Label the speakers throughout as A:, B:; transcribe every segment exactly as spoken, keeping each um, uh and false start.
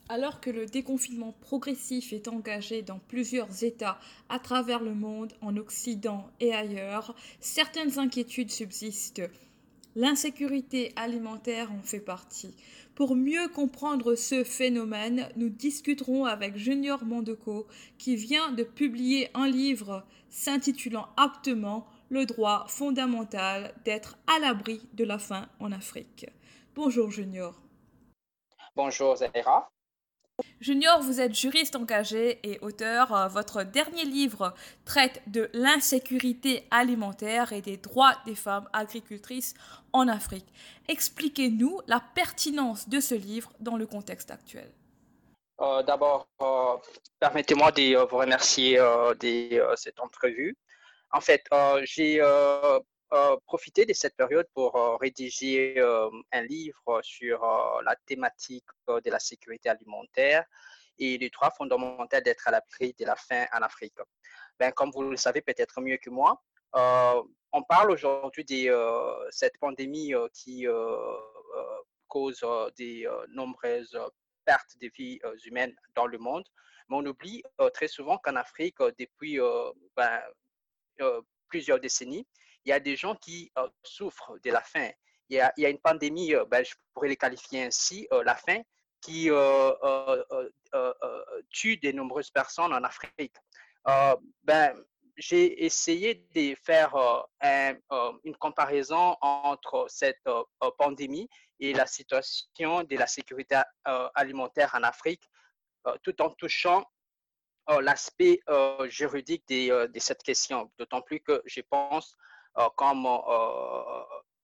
A: Alors que le déconfinement progressif est engagé dans plusieurs États à travers le monde, en Occident et ailleurs, certaines inquiétudes subsistent. L'insécurité alimentaire en fait partie. Pour mieux comprendre ce phénomène, nous discuterons avec Junior Mondeco qui vient de publier un livre s'intitulant aptement Le droit fondamental d'être à l'abri de la faim en Afrique. Bonjour Junior.
B: Bonjour Zaira.
A: Junior, vous êtes juriste engagé et auteur. Euh, Votre dernier livre traite de l'insécurité alimentaire et des droits des femmes agricultrices en Afrique. Expliquez-nous la pertinence de ce livre dans le contexte actuel.
B: Euh, D'abord, euh, permettez-moi de euh, vous remercier euh, de euh, cette entrevue. En fait, euh, j'ai euh, euh, profité de cette période pour euh, rédiger euh, un livre sur euh, la thématique euh, de la sécurité alimentaire et les droits fondamentaux d'être à l'abri de la faim en Afrique. Ben, comme vous le savez peut-être mieux que moi, euh, on parle aujourd'hui de euh, cette pandémie euh, qui euh, euh, cause euh, des euh, nombreuses pertes de vies euh, humaines dans le monde. Mais on oublie euh, très souvent qu'en Afrique, euh, depuis euh, ben, euh, plusieurs décennies, il y a des gens qui euh, souffrent de la faim. Il y a, il y a une pandémie, euh, ben, je pourrais les qualifier ainsi, euh, la faim, qui euh, euh, euh, euh, euh, tue de nombreuses personnes en Afrique. Euh, ben, j'ai essayé de faire euh, un, euh, une comparaison entre cette euh, pandémie et la situation de la sécurité euh, alimentaire en Afrique, euh, tout en touchant euh, l'aspect euh, juridique de, euh, de, cette question, d'autant plus que je pense, euh, comme euh,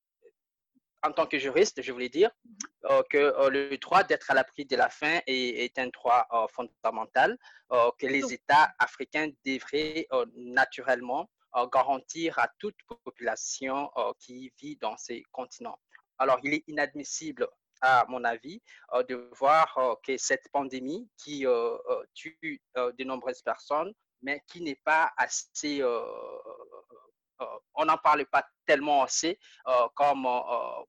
B: en tant que juriste, je voulais dire, euh, que euh, le droit d'être à l'abri de la faim est, est un droit euh, fondamental euh, que les États africains devraient euh, naturellement euh, garantir à toute population euh, qui vit dans ces continents. Alors, il est inadmissible, à mon avis, euh, de voir euh, que cette pandémie qui euh, euh, tue euh, de nombreuses personnes, mais qui n'est pas assez, euh, euh, on n'en parle pas tellement assez euh, comme euh,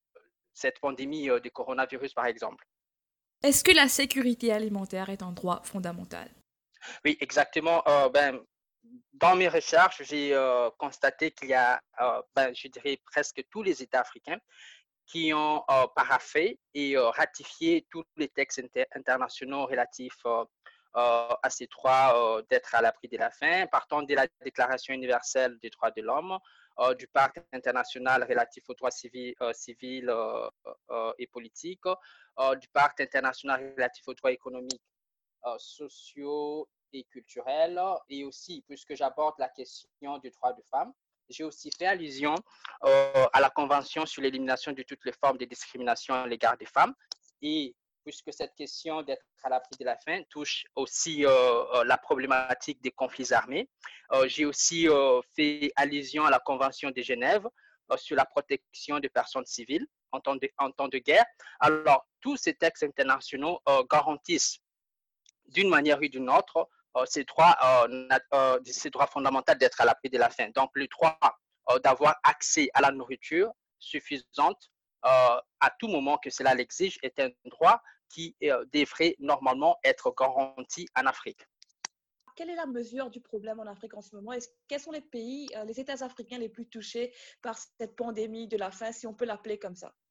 B: cette pandémie euh, du coronavirus, par exemple.
A: Est-ce que la sécurité alimentaire est un droit fondamental?
B: Oui, exactement. Euh, ben, dans mes recherches, j'ai euh, constaté qu'il y a, euh, ben, je dirais, presque tous les États africains qui ont euh, paraphé et euh, ratifié tous les textes inter internationaux relatifs euh, euh, à ces droits euh, d'être à l'abri de la faim, partant de la Déclaration universelle des droits de l'homme, euh, du Pacte international relatif aux droits civils, euh, civils euh, euh, et politiques, euh, du Pacte international relatif aux droits économiques, euh, sociaux et culturels, et aussi, puisque j'aborde la question du droit des femmes, j'ai aussi fait allusion euh, à la Convention sur l'élimination de toutes les formes de discrimination à l'égard des femmes. Et puisque cette question d'être à l'abri de la faim touche aussi euh, la problématique des conflits armés, euh, j'ai aussi euh, fait allusion à la Convention de Genève euh, sur la protection des personnes civiles en temps de, en temps de guerre. Alors, tous ces textes internationaux euh, garantissent d'une manière ou d'une autre euh, ces, droits, euh, euh, ces droits fondamentaux d'être à l'abri de la faim. Donc, le droit euh, d'avoir accès à la nourriture suffisante euh, à tout moment que cela l'exige est un droit qui euh, devrait normalement être garanti en Afrique.
A: Quelle est la mesure du problème en Afrique en ce moment? Est-ce, quels sont les pays, euh, les États africains les plus touchés par cette pandémie de la faim, si on peut l'appeler comme ça?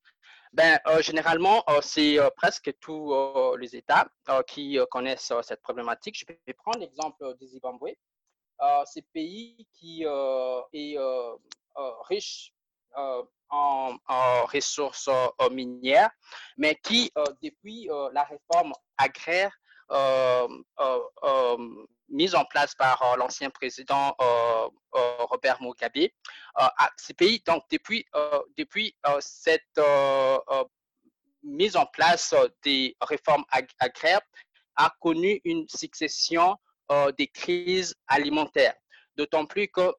B: Ben, euh, généralement, euh, c'est euh, presque tous euh, les États euh, qui euh, connaissent euh, cette problématique. Je vais prendre l'exemple du Zimbabwe. Euh, ce pays qui euh, est euh, euh, riche euh, en, en, ressources euh, minières, mais qui, euh, depuis euh, la réforme agraire euh, euh, euh, mise en place par euh, l'ancien président euh, euh, Robert Mugabe, euh, à ce pays, donc depuis, euh, depuis euh, cette euh, euh, mise en place des réformes ag agraires, a connu une succession euh, des crises alimentaires. D'autant plus que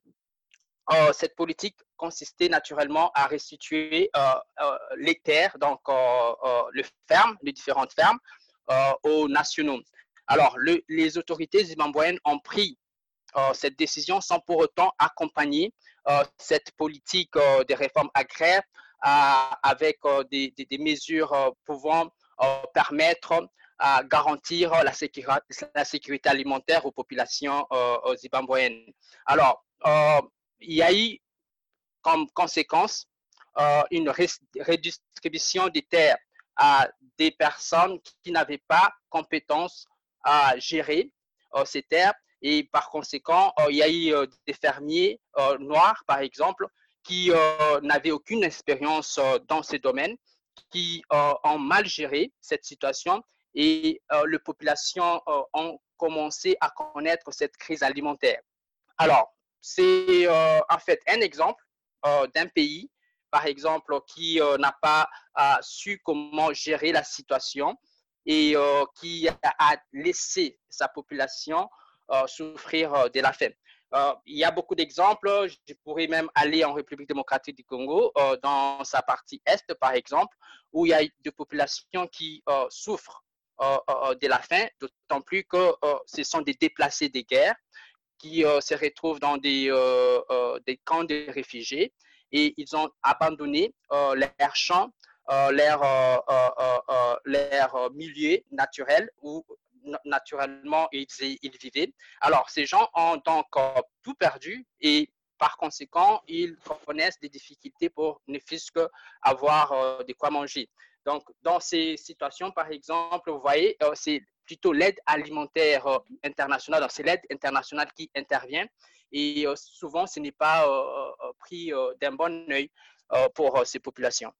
B: euh, cette politique consistait naturellement à restituer euh, euh, les terres, donc euh, euh, les fermes, les différentes fermes, euh, aux nationaux. Alors, le, les autorités zimbabwéennes ont pris euh, cette décision sans pour autant accompagner euh, cette politique euh, de réforme agraire euh, avec euh, des, des, des, mesures euh, pouvant euh, permettre à garantir la sécurité, la sécurité alimentaire aux populations euh, zimbabwéennes. Alors, euh, il y a eu comme conséquence euh, une redistribution des terres à des personnes qui n'avaient pas compétence à gérer euh, ces terres. Et par conséquent, euh, il y a eu euh, des fermiers euh, noirs, par exemple, qui euh, n'avaient aucune expérience euh, dans ces domaines, qui euh, ont mal géré cette situation et euh, les populations euh, ont commencé à connaître cette crise alimentaire. Alors, c'est euh, en fait un exemple euh, d'un pays, par exemple, qui euh, n'a pas euh, su comment gérer la situation et euh, qui a laissé sa population euh, souffrir euh, de la faim. Euh, il y a beaucoup d'exemples. Je pourrais même aller en République démocratique du Congo, euh, dans sa partie est, par exemple, où il y a des populations qui euh, souffrent euh, euh, de la faim, d'autant plus que euh, ce sont des déplacés des guerres qui euh, se retrouvent dans des, euh, euh, des camps de réfugiés et ils ont abandonné euh, leurs champs, euh, leur, euh, euh, euh, leur milieu naturel où naturellement ils, ils vivaient. Alors, ces gens ont donc euh, tout perdu et par conséquent, ils connaissent des difficultés pour ne fût-ce qu'avoir euh, de quoi manger. Donc, dans ces situations, par exemple, vous voyez, euh, c'est plutôt l'aide alimentaire euh, internationale. Donc, c'est l'aide internationale qui intervient et euh, souvent, ce n'est pas euh, euh, pris euh, d'un bon œil euh, pour euh, ces populations.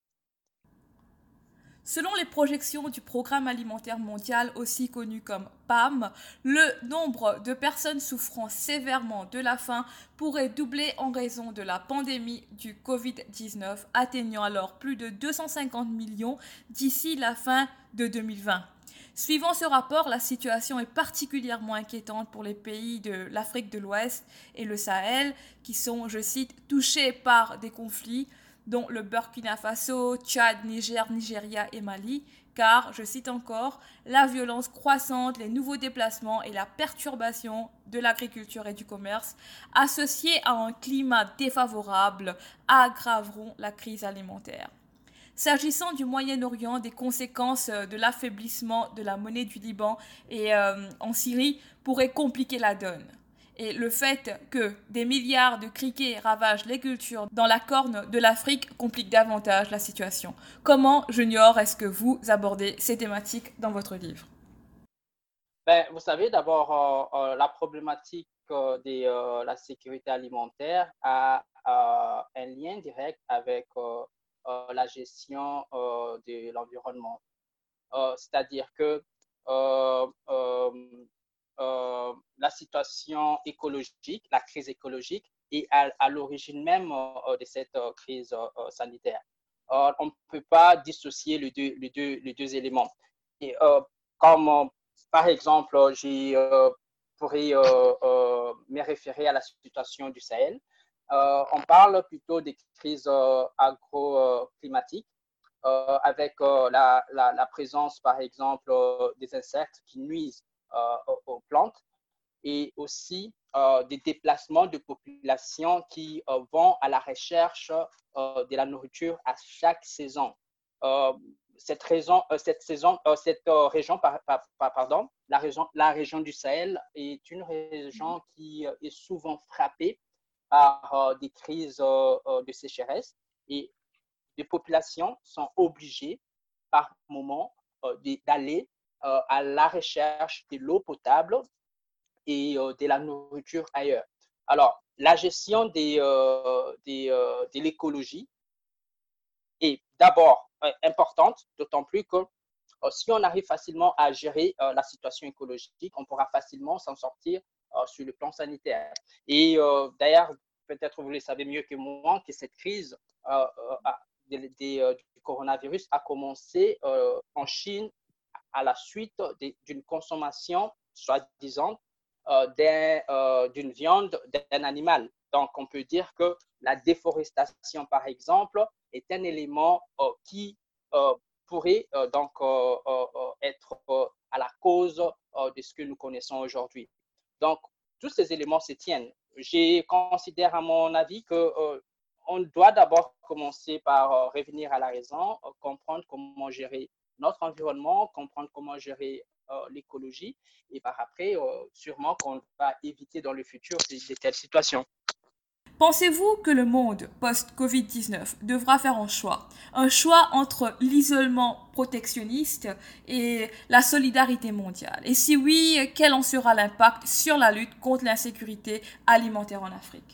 A: Selon les projections du Programme alimentaire mondial, aussi connu comme P A M, le nombre de personnes souffrant sévèrement de la faim pourrait doubler en raison de la pandémie du covid dix-neuf, atteignant alors plus de deux cent cinquante millions d'ici la fin de deux mille vingt. Suivant ce rapport, la situation est particulièrement inquiétante pour les pays de l'Afrique de l'Ouest et le Sahel, qui sont, je cite, touchés par des conflits, dont le Burkina Faso, Tchad, Niger, Nigeria et Mali, car, je cite encore, la violence croissante, les nouveaux déplacements et la perturbation de l'agriculture et du commerce, associés à un climat défavorable, aggraveront la crise alimentaire. S'agissant du Moyen-Orient, des conséquences de l'affaiblissement de la monnaie du Liban et euh, en Syrie pourraient compliquer la donne. Et le fait que des milliards de criquets ravagent les cultures dans la corne de l'Afrique complique davantage la situation. Comment, Junior, est-ce que vous abordez ces thématiques dans votre livre?
B: Ben, vous savez, d'abord, euh, euh, la problématique euh, de euh, la sécurité alimentaire a euh, un lien direct avec euh, euh, la gestion euh, de l'environnement. Euh, c'est-à-dire que euh, euh, euh, la situation écologique, la crise écologique est à, à l'origine même euh, de cette euh, crise euh, sanitaire. Euh, on ne peut pas dissocier les deux, les deux, les deux éléments. Et, euh, comme par exemple, je euh, pourrais euh, euh, me référer à la situation du Sahel. Euh, on parle plutôt des crises euh, agroclimatiques euh, avec euh, la, la, la, présence, par exemple, euh, des insectes qui nuisent euh, aux, aux plantes et aussi euh, des déplacements de populations qui euh, vont à la recherche euh, de la nourriture à chaque saison. Euh, cette, raison, euh, cette, saison, euh, cette euh, région, par, par, pardon, la région, la région du Sahel est une région qui euh, est souvent frappée par euh, des crises euh, de sécheresse et les populations sont obligées par moment euh, d'aller euh, à la recherche de l'eau potable et euh, de la nourriture ailleurs. Alors, la gestion des, euh, des, euh, de l'écologie est d'abord euh, importante, d'autant plus que euh, si on arrive facilement à gérer euh, la situation écologique, on pourra facilement s'en sortir euh, sur le plan sanitaire. Et euh, d'ailleurs, peut-être vous le savez mieux que moi, que cette crise euh, de, de, euh, du coronavirus a commencé euh, en Chine à la suite d'une consommation, soi-disant, euh, d'une euh, viande d'un animal. Donc, on peut dire que la déforestation, par exemple, est un élément euh, qui euh, pourrait euh, donc euh, euh, être euh, à la cause euh, de ce que nous connaissons aujourd'hui. Donc, tous ces éléments se tiennent. Je considère, à mon avis, que euh, on doit d'abord commencer par euh, revenir à la raison, euh, comprendre comment gérer notre environnement, comprendre comment gérer euh, l'écologie et par après, euh, sûrement qu'on va éviter dans le futur de, de telles situations.
A: Pensez-vous que le monde post-covid dix-neuf devra faire un choix? Un choix entre l'isolement protectionniste et la solidarité mondiale? Et si oui, quel en sera l'impact sur la lutte contre l'insécurité alimentaire en Afrique?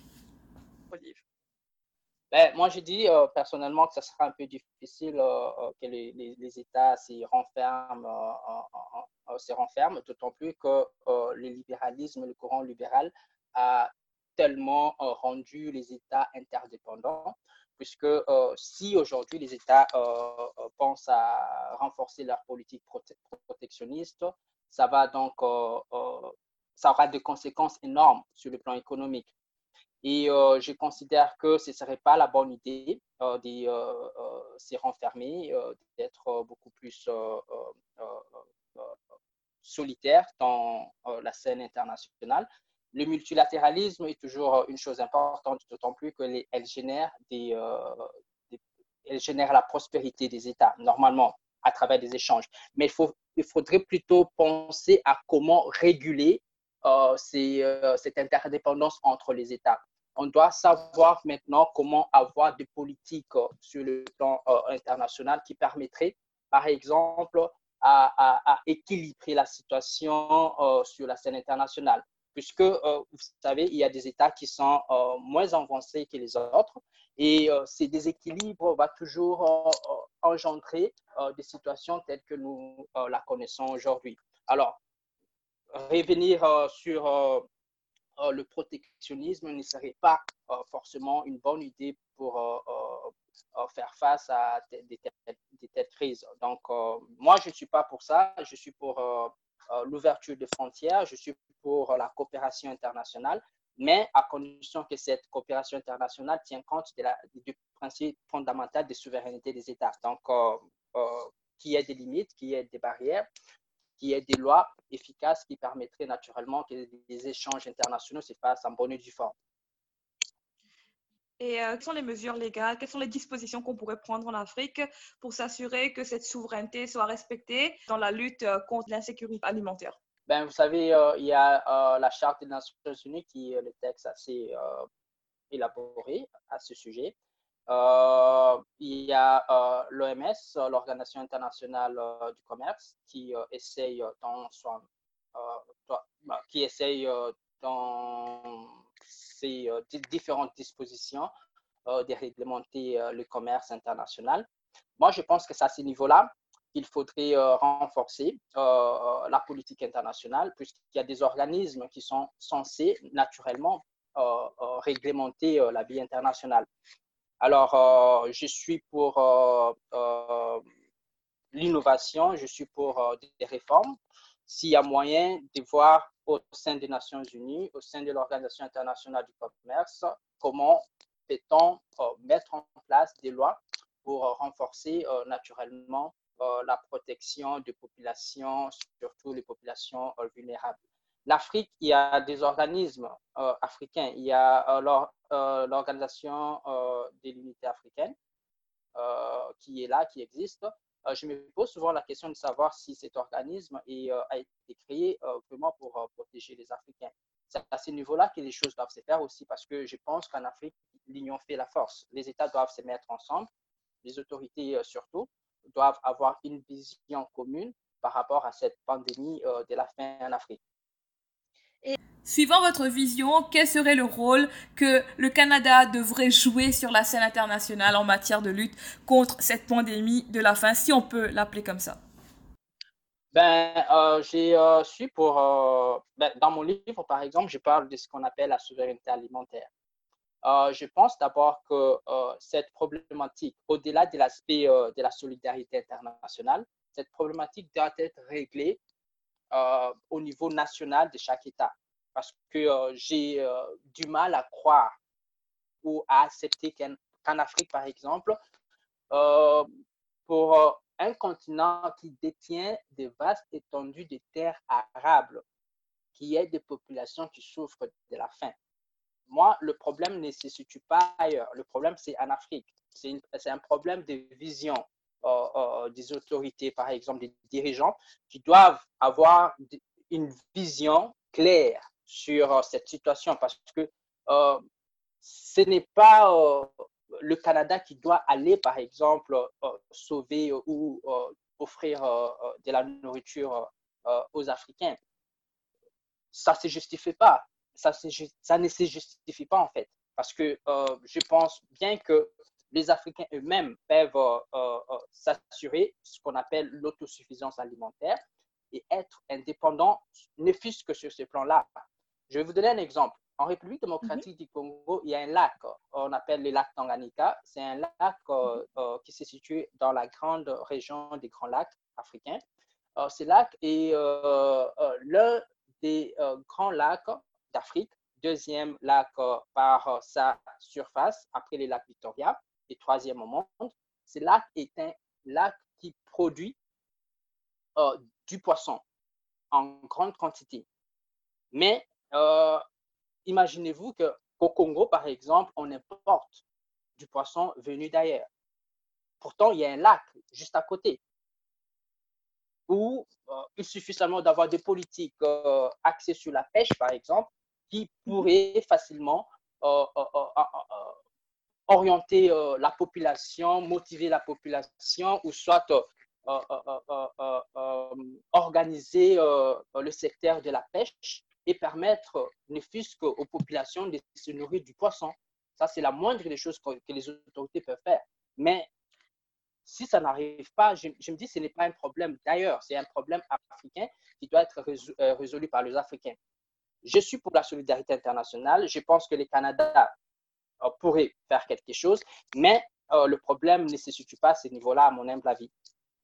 B: Ben, moi, je dis euh, personnellement que ça sera un peu difficile euh, euh, que les, les, les États s'y renferment, euh, euh, s'y renferment, d'autant plus que euh, le libéralisme, le courant libéral a tellement euh, rendu les États interdépendants, puisque euh, si aujourd'hui les États euh, pensent à renforcer leur politique prote protectionniste, ça va donc, euh, euh, ça aura des conséquences énormes sur le plan économique. Et euh, je considère que ce ne serait pas la bonne idée euh, de euh, euh, s'y renfermer, euh, d'être euh, beaucoup plus euh, euh, euh, solitaire dans euh, la scène internationale. Le multilatéralisme est toujours une chose importante, d'autant plus qu'elle génère, des, euh, des, elle génère la prospérité des États, normalement, à travers des échanges. Mais il, faut, il faudrait plutôt penser à comment réguler euh, ces, euh, cette interdépendance entre les États. On doit savoir maintenant comment avoir des politiques sur le plan euh, international qui permettraient, par exemple, à, à, à équilibrer la situation euh, sur la scène internationale. Puisque, euh, vous savez, il y a des États qui sont euh, moins avancés que les autres et euh, ces déséquilibres vont toujours euh, engendrer euh, des situations telles que nous euh, la connaissons aujourd'hui. Alors, revenir euh, sur euh, euh, le protectionnisme ne serait pas euh, forcément une bonne idée pour euh, euh, faire face à des telles crises. Donc, euh, moi, je ne suis pas pour ça. Je suis pour euh, l'ouverture des frontières. Je suis pour la coopération internationale, mais à condition que cette coopération internationale tienne compte de la, du principe fondamental de souveraineté des États. Donc, euh, euh, qu'il y ait des limites, qu'il y ait des barrières, qu'il y ait des lois efficaces qui permettraient naturellement que les échanges internationaux se fassent en bonne et due forme.
A: Et euh, quelles sont les mesures légales, quelles sont les dispositions qu'on pourrait prendre en Afrique pour s'assurer que cette souveraineté soit respectée dans la lutte contre l'insécurité alimentaire?
B: Ben, vous savez, euh, il y a euh, la Charte des Nations Unies qui est le texte assez euh, élaboré à ce sujet. Euh, il y a euh, l'O M S, l'Organisation internationale euh, du commerce, qui euh, essaye dans son, euh, qui essaye euh, dans ses euh, différentes dispositions euh, de réglementer euh, le commerce international. Moi, je pense que c'est à ce niveau-là qu'il faudrait euh, renforcer euh, la politique internationale, puisqu'il y a des organismes qui sont censés naturellement euh, euh, réglementer euh, la vie internationale. Alors, euh, je suis pour euh, euh, l'innovation, je suis pour euh, des réformes. S'il y a moyen de voir au sein des Nations Unies, au sein de l'Organisation internationale du commerce, comment peut-on euh, mettre en place des lois pour euh, renforcer euh, naturellement euh, la protection des populations, surtout les populations euh, vulnérables. L'Afrique, il y a des organismes euh, africains. Il y a euh, l'Organisation euh, de l'unité africaine euh, qui est là, qui existe. Euh, je me pose souvent la question de savoir si cet organisme est, euh, a été créé euh, vraiment pour euh, protéger les Africains. C'est à ce niveau-là que les choses doivent se faire aussi, parce que je pense qu'en Afrique, l'union fait la force. Les États doivent se mettre ensemble, les autorités euh, surtout, doivent avoir une vision commune par rapport à cette pandémie euh, de la faim en Afrique.
A: Suivant votre vision, quel serait le rôle que le Canada devrait jouer sur la scène internationale en matière de lutte contre cette pandémie de la faim, si on peut l'appeler comme ça?
B: Ben, euh, j'ai euh, su pour, euh, ben, dans mon livre, par exemple, je parle de ce qu'on appelle la souveraineté alimentaire. Euh, je pense d'abord que euh, cette problématique, au-delà de l'aspect euh, de la solidarité internationale, cette problématique doit être réglée euh, au niveau national de chaque État. Parce que euh, j'ai euh, du mal à croire ou à accepter qu'en qu'en Afrique, par exemple, euh, pour euh, un continent qui détient de vastes étendues de terres arables, qu'il y ait des populations qui souffrent de la faim. Moi, le problème ne se situe pas ailleurs. Le problème, c'est en Afrique. C'est un problème de vision. euh, euh, des autorités, par exemple des dirigeants, qui doivent avoir une vision claire sur euh, cette situation parce que euh, ce n'est pas euh, le Canada qui doit aller, par exemple, euh, sauver ou euh, offrir euh, de la nourriture euh, aux Africains. Ça ne se justifie pas. Ça, ça ne se justifie pas, en fait. Parce que euh, je pense bien que les Africains eux-mêmes peuvent euh, euh, s'assurer ce qu'on appelle l'autosuffisance alimentaire et être indépendants, ne fût-ce que sur ce plan-là. Je vais vous donner un exemple. En République démocratique mm-hmm. du Congo, il y a un lac, on appelle le lac Tanganyika. C'est un lac euh, euh, qui se situe dans la grande région des Grands Lacs africains. Euh, ce lac est euh, euh, l'un des euh, grands lacs d'Afrique, deuxième lac euh, par euh, sa surface, après les lacs Victoria, et troisième au monde. Ce lac est un lac qui produit euh, du poisson en grande quantité. Mais euh, imaginez-vous qu'au Congo, par exemple, on importe du poisson venu d'ailleurs. Pourtant, il y a un lac juste à côté où euh, il suffit seulement d'avoir des politiques euh, axées sur la pêche, par exemple, qui pourraient facilement euh, euh, euh, euh, orienter euh, la population, motiver la population, ou soit euh, euh, euh, euh, euh, organiser euh, le secteur de la pêche et permettre, ne fût-ce qu'aux populations, de se nourrir du poisson. Ça, c'est la moindre des choses que, que les autorités peuvent faire. Mais si ça n'arrive pas, je, je me dis que ce n'est pas un problème d'ailleurs, c'est un problème africain qui doit être résolu, euh, résolu par les Africains. Je suis pour la solidarité internationale. Je pense que le Canada euh, pourrait faire quelque chose, mais euh, le problème ne se situe pas à ce niveau-là, à mon humble avis.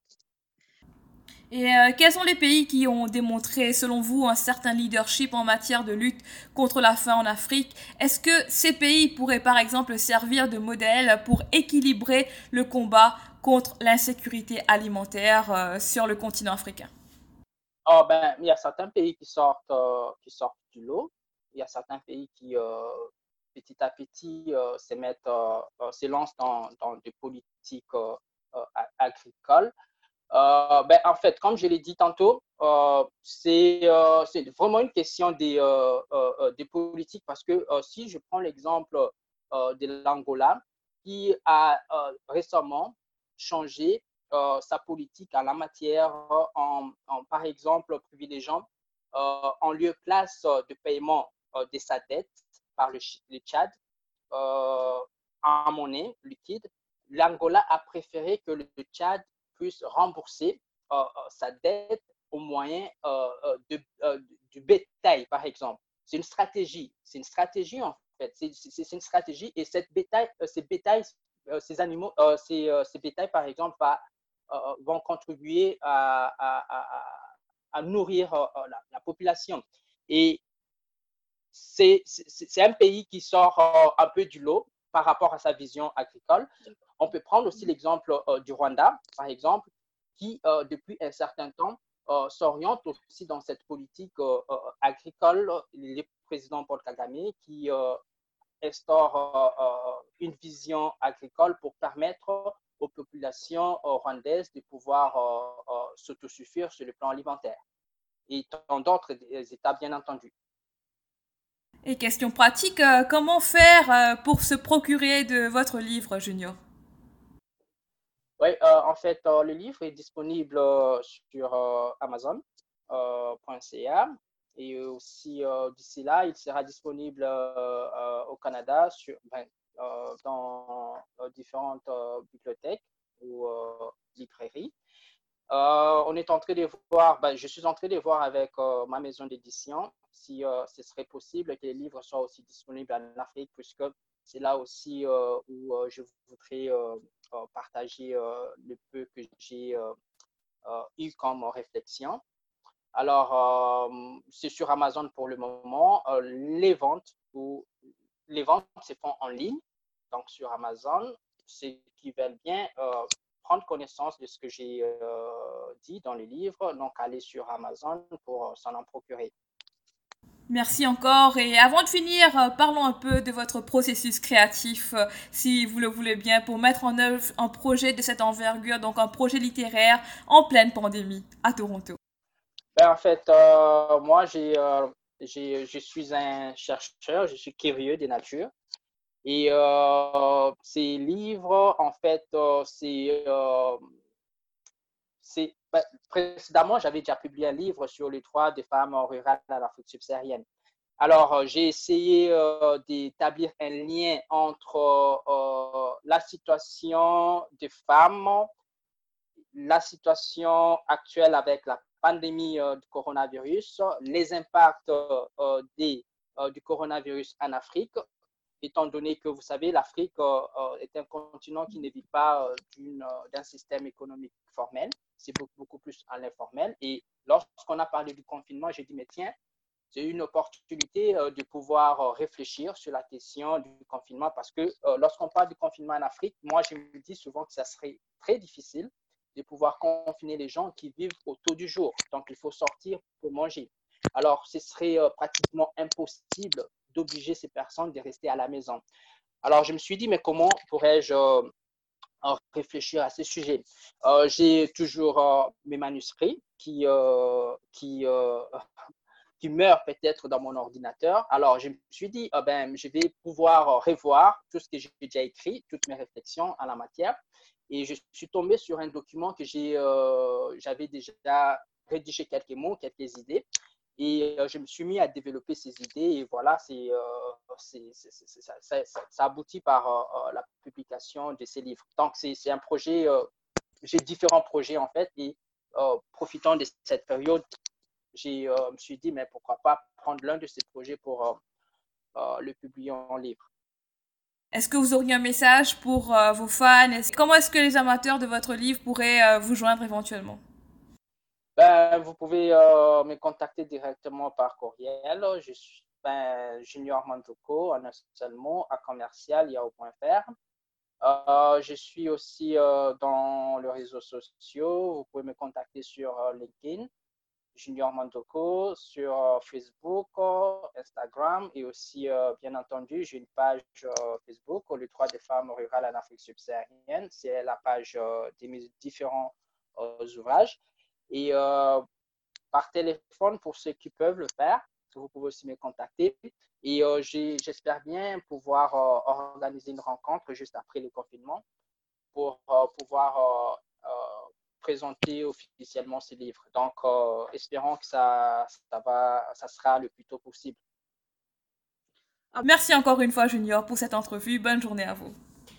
A: Et euh, quels sont les pays qui ont démontré, selon vous, un certain leadership en matière de lutte contre la faim en Afrique? Est-ce que ces pays pourraient, par exemple, servir de modèle pour équilibrer le combat contre l'insécurité alimentaire euh, sur le continent africain?
B: Oh, ben, il y a certains pays qui sortent, euh, qui sortent du lot. Il y a certains pays qui, euh, petit à petit, euh, se mettent, euh, euh, se lancent dans, dans des politiques euh, euh, agricoles. Euh, ben, en fait, comme je l'ai dit tantôt, euh, c'est euh, vraiment une question des, euh, euh, des politiques parce que euh, si je prends l'exemple euh, de l'Angola qui a euh, récemment changé euh, sa politique en la matière en, en par exemple, privilégiant euh, en lieu place de paiement euh, de sa dette par le, le Tchad euh, en monnaie liquide, l'Angola a préféré que le Tchad puisse rembourser euh, sa dette au moyen euh, de, euh, du bétail, par exemple. C'est une stratégie. C'est une stratégie, en fait. C'est une stratégie. Et cette bétail, euh, ces bétails, euh, ces animaux, euh, ces, euh, ces bétails, par exemple, va, euh, vont contribuer à, à, à, à nourrir euh, la, la population. Et c'est un pays qui sort euh, un peu du lot par rapport à sa vision agricole. On peut prendre aussi l'exemple euh, du Rwanda, par exemple, qui, euh, depuis un certain temps, euh, s'oriente aussi dans cette politique euh, euh, agricole. Le président Paul Kagame qui euh, instaure euh, une vision agricole pour permettre aux populations euh, rwandaises de pouvoir euh, euh, s'autosuffire sur le plan alimentaire. Et dans d'autres États, bien entendu.
A: Et question pratique, euh, comment faire euh, pour se procurer de votre livre, Junior?
B: Oui, euh, en fait, euh, le livre est disponible euh, sur euh, Amazon point C A et aussi euh, d'ici là, il sera disponible euh, au Canada sur, ben, euh, dans euh, différentes euh, bibliothèques ou euh, librairies. Euh, on est en train de voir, ben, je suis en train de voir avec euh, ma maison d'édition si euh, ce serait possible que les livres soient aussi disponibles en Afrique, puisque c'est là aussi euh, où euh, je voudrais euh, euh, partager euh, le peu que j'ai euh, euh, eu comme réflexion. Alors, euh, c'est sur Amazon pour le moment. Euh, les ventes ou les ventes se font en ligne, donc sur Amazon. Ceux qui veulent bien euh, prendre connaissance de ce que j'ai euh, dit dans les livres, donc aller sur Amazon pour euh, s'en en procurer.
A: Merci encore. Et avant de finir, euh, parlons un peu de votre processus créatif, euh, si vous le voulez bien, pour mettre en œuvre un projet de cette envergure, donc un projet littéraire en pleine pandémie à Toronto.
B: Ben, en fait, euh, moi, j'ai, euh, j'ai, je suis un chercheur, je suis curieux des natures. Et euh, ces livres, en fait, euh, c'est, euh, c'est, ben, précédemment, j'avais déjà publié un livre sur les droits des femmes rurales à l'Afrique subsaharienne. Alors, euh, j'ai essayé euh, d'établir un lien entre euh, la situation des femmes, la situation actuelle avec la pandémie euh, du coronavirus, les impacts euh, des, euh, du coronavirus en Afrique, étant donné que vous savez, l'Afrique euh, euh, est un continent qui ne vit pas euh, d'une, euh, d'un système économique formel, c'est beaucoup, beaucoup plus à l'informel. Et lorsqu'on a parlé du confinement, j'ai dit, mais tiens, c'est une opportunité euh, de pouvoir euh, réfléchir sur la question du confinement parce que euh, lorsqu'on parle du confinement en Afrique, moi, je me dis souvent que ça serait très difficile de pouvoir confiner les gens qui vivent au taux du jour. Donc, il faut sortir pour manger. Alors, ce serait euh, pratiquement impossible d'obliger ces personnes de rester à la maison. Alors, je me suis dit, mais comment pourrais-je euh, réfléchir à ce sujet? Euh, j'ai toujours euh, mes manuscrits qui, euh, qui, euh, qui meurt peut-être dans mon ordinateur. Alors, je me suis dit, ah ben, je vais pouvoir revoir tout ce que j'ai déjà écrit, toutes mes réflexions en la matière. Et je suis tombé sur un document que j'ai, euh, j'avais déjà rédigé quelques mots, quelques idées. Et euh, je me suis mis à développer ces idées. Et voilà, c'est, euh, c'est, c'est, c'est, ça, ça, ça, aboutit par euh, la publication de ces livres. Donc, c'est, c'est un projet, euh, j'ai différents projets en fait. Et euh, profitant de cette période, je euh, me suis dit, mais pourquoi pas prendre l'un de ces projets pour euh, euh, le publier en livre.
A: Est-ce que vous auriez un message pour euh, vos fans? Est-ce- Comment est-ce que les amateurs de votre livre pourraient euh, vous joindre éventuellement?
B: Ben, vous pouvez euh, me contacter directement par courriel. Je suis ben, Junior Mandoko, en un seul mot, à commercial yahoo.fr. Euh, je suis aussi euh, dans les réseaux sociaux. Vous pouvez me contacter sur euh, LinkedIn. Junior Mandoko sur euh, Facebook, euh, Instagram et aussi, euh, bien entendu, j'ai une page euh, Facebook, Les droits des femmes rurales en Afrique subsaharienne. C'est la page euh, de mes différents euh, ouvrages. Et euh, par téléphone, pour ceux qui peuvent le faire, vous pouvez aussi me contacter. Et euh, j'espère bien pouvoir euh, organiser une rencontre juste après le confinement pour euh, pouvoir euh, euh, présenter officiellement ces livres. Donc, euh, espérons que ça, ça, va, ça sera le plus tôt possible.
A: Merci encore une fois, Junior, pour cette entrevue. Bonne journée à vous.